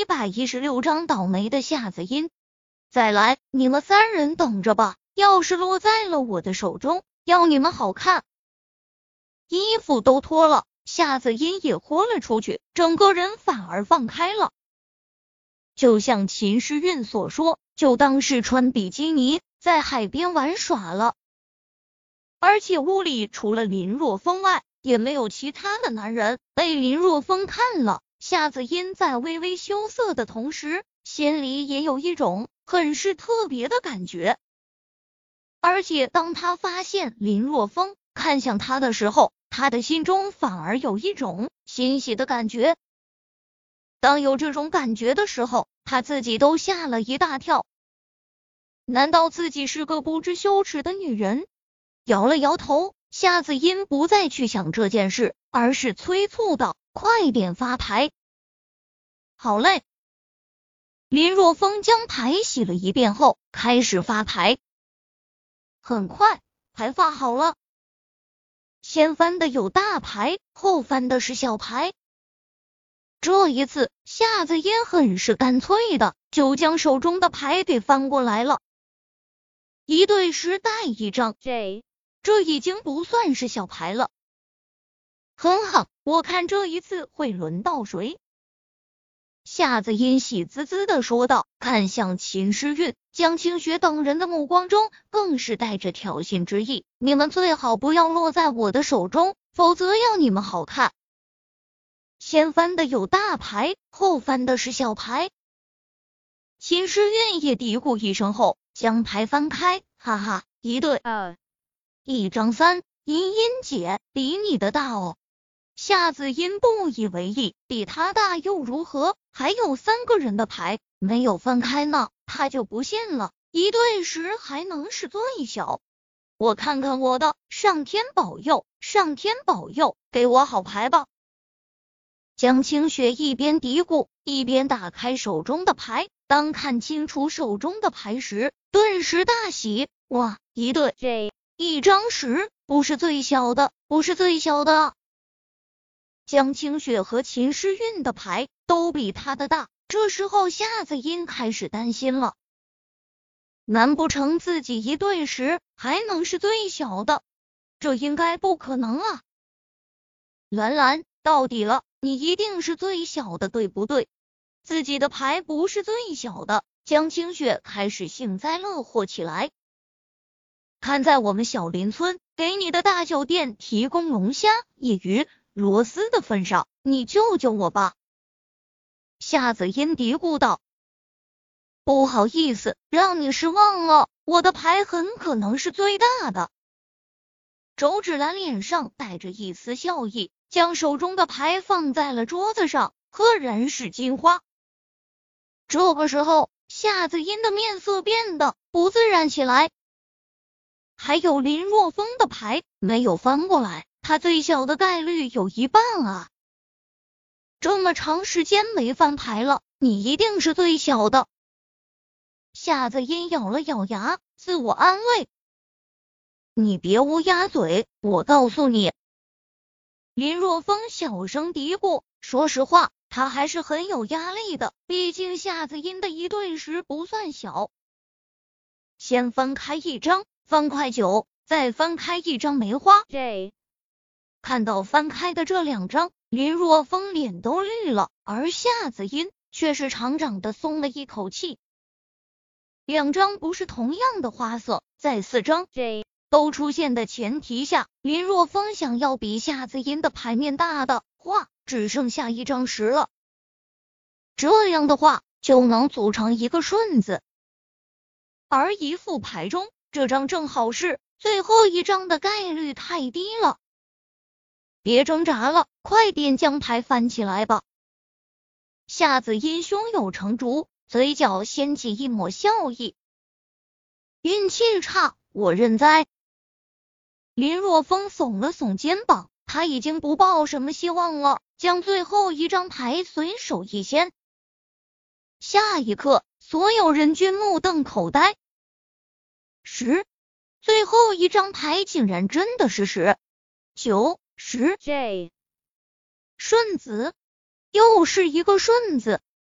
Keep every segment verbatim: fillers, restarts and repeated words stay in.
一百一十六章倒霉的夏子音。再来，你们三人等着吧，要是落在了我的手中，要你们好看。衣服都脱了，夏子音也豁了出去，整个人反而放开了。就像秦诗韵所说，就当是穿比基尼在海边玩耍了。而且屋里除了林若风外，也没有其他的男人。被林若风看了，夏子音在微微羞涩的同时，心里也有一种很是特别的感觉。而且当他发现林若风看向他的时候，他的心中反而有一种欣喜的感觉。当有这种感觉的时候，他自己都吓了一大跳。难道自己是个不知羞耻的女人？摇了摇头，夏子音不再去想这件事，而是催促道：“快点发牌。”好嘞。林若风将牌洗了一遍后，开始发牌。很快，牌发好了。先翻的有大牌，后翻的是小牌。这一次，夏子音很是干脆的，就将手中的牌给翻过来了。一对十带一张 J， 这已经不算是小牌了。很好，我看这一次会轮到谁？夏子音喜滋滋的说道，看向秦诗韵、江清雪等人的目光中更是带着挑衅之意。你们最好不要落在我的手中，否则要你们好看。先翻的有大牌，后翻的是小牌。秦诗韵也嘀咕一声后，将牌翻开，哈哈，一对二，一张三，茵茵姐，比你的大哦。夏子音不以为意，比他大又如何？还有三个人的牌没有翻开呢，他就不信了，一对十还能是最小？我看看我的，上天保佑，上天保佑，给我好牌吧。江清雪一边嘀咕，一边打开手中的牌，当看清楚手中的牌时，顿时大喜，哇，一对 J， 一张十，不是最小的，不是最小的。江清雪和秦诗韵的牌都比他的大，这时候夏子音开始担心了，难不成自己一对十还能是最小的？这应该不可能啊。兰兰，到底了，你一定是最小的对不对？自己的牌不是最小的。江清雪开始幸灾乐祸起来，看在我们小林村给你的大酒店提供龙虾、野鱼、螺丝的份上，你救救我吧。夏子音嘀咕道，不好意思，让你失望了，我的牌很可能是最大的。周芷兰脸上带着一丝笑意，将手中的牌放在了桌子上，赫然是金花。这个时候，夏子音的面色变得不自然起来。还有林若风的牌没有翻过来，他最小的概率有一半啊。这么长时间没翻牌了，你一定是最小的。夏子音咬了咬牙，自我安慰。你别乌鸦嘴，我告诉你。林若风小声嘀咕，说实话，他还是很有压力的，毕竟夏子音的一对十不算小。先翻开一张方块九，再翻开一张梅花 J。 看到翻开的这两张，林若风脸都绿了，而夏子音却是长长的松了一口气。两张不是同样的花色，在四张 J 都出现的前提下，林若风想要比夏子音的牌面大的话，只剩下一张十了。这样的话，就能组成一个顺字。而一副牌中，这张正好是最后一张的概率太低了。别挣扎了，快点将牌翻起来吧。夏子音胸有成竹，嘴角掀起一抹笑意。运气差，我认栽。林若风耸了耸肩膀，他已经不抱什么希望了，将最后一张牌随手一掀。下一刻，所有人均目瞪口呆。十，最后一张牌竟然真的是十。九，十 J， 顺子，又是一个顺子。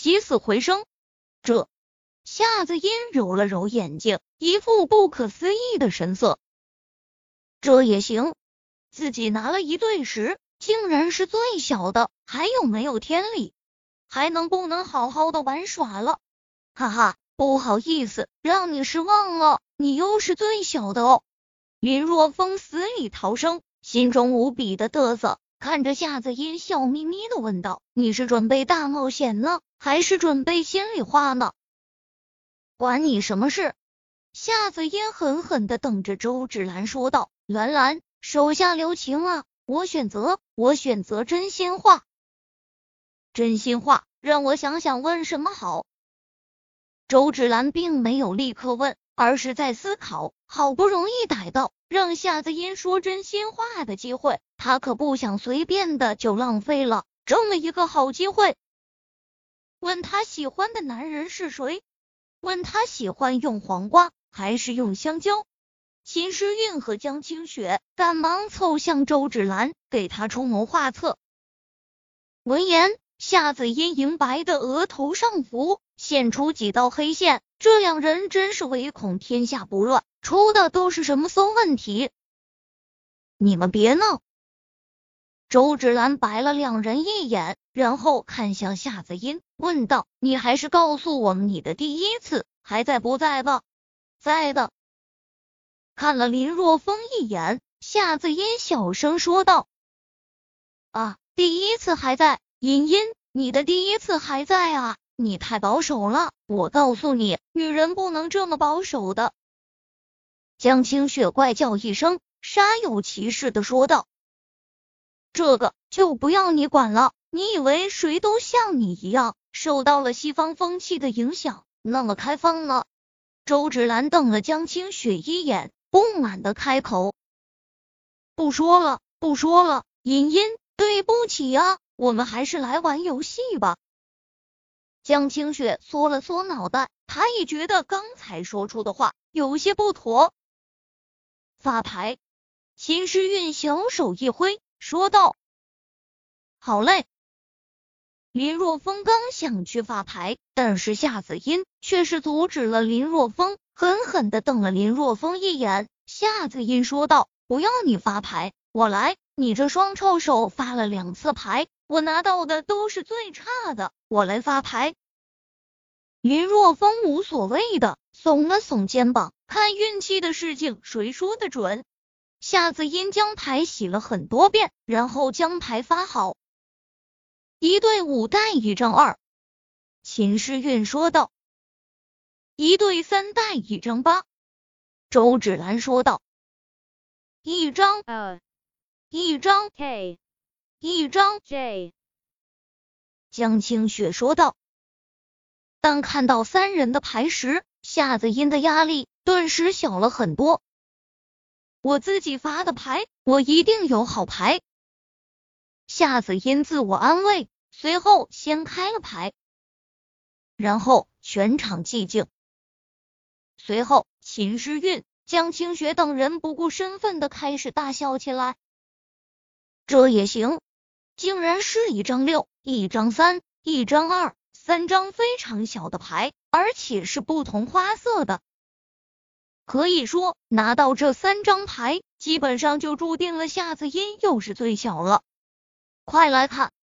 起死回生。这夏子音揉了揉眼睛，一副不可思议的神色。这也行，自己拿了一对时，竟然是最小的，还有没有天理？还能不能好好的玩耍了？哈哈，不好意思，让你失望了，你又是最小的哦。林若风死里逃生，心中无比的嘚瑟，看着夏子音笑眯眯的问道：“你是准备大冒险呢，还是准备心里话呢？”关你什么事？夏子音狠狠的瞪着周芷兰说道：“兰兰，手下留情啊，我选择，我选择真心话。”真心话，让我想想问什么好。周芷兰并没有立刻问，而是在思考，好不容易逮到让夏子音说真心话的机会，他可不想随便的就浪费了这么一个好机会。问他喜欢的男人是谁？问他喜欢用黄瓜还是用香蕉？秦诗韵和江清雪赶忙凑向周芷兰，给他出谋划策。闻言，夏子音银白的额头上浮现出几道黑线，这两人真是唯恐天下不乱，出的都是什么馊问题？你们别闹！周芷兰白了两人一眼，然后看向夏子音，问道：“你还是告诉我们你的第一次还在不在吧？”在的。看了林若风一眼，夏子音小声说道：“啊，第一次还在。茵茵，你的第一次还在啊？你太保守了，我告诉你，女人不能这么保守的。”江清雪怪叫一声，煞有其事的说道：“这个就不要你管了，你以为谁都像你一样，受到了西方风气的影响，那么开放呢？”周芷兰瞪了江清雪一眼，不满的开口：“不说了，不说了，茵茵，对不起啊。我们还是来玩游戏吧。”江清雪缩了缩脑袋，她也觉得刚才说出的话有些不妥。发牌。秦诗韵小手一挥，说道：“好嘞。”林若风刚想去发牌，但是夏子音却是阻止了林若风，狠狠地瞪了林若风一眼。夏子音说道：“不要你发牌，我来。你这双臭手发了两次牌，我拿到的都是最差的，我来发牌。”林若风无所谓的耸了耸肩膀，看运气的事情谁说的准。夏子音将牌洗了很多遍，然后将牌发好。一对五带一张二，秦诗韵说道。一对三带一张八，周芷兰说道。一张 A， 一张 K， 一张 J， 江清雪说道。当看到三人的牌时，夏子音的压力顿时小了很多。我自己发的牌，我一定有好牌。夏子音自我安慰，随后先开了牌，然后全场寂静。随后秦诗韵、江清雪等人不顾身份的开始大笑起来。这也行，竟然是一张六，一张三，一张二，三张非常小的牌，而且是不同花色的。可以说拿到这三张牌，基本上就注定了夏子音又是最小了。快来看，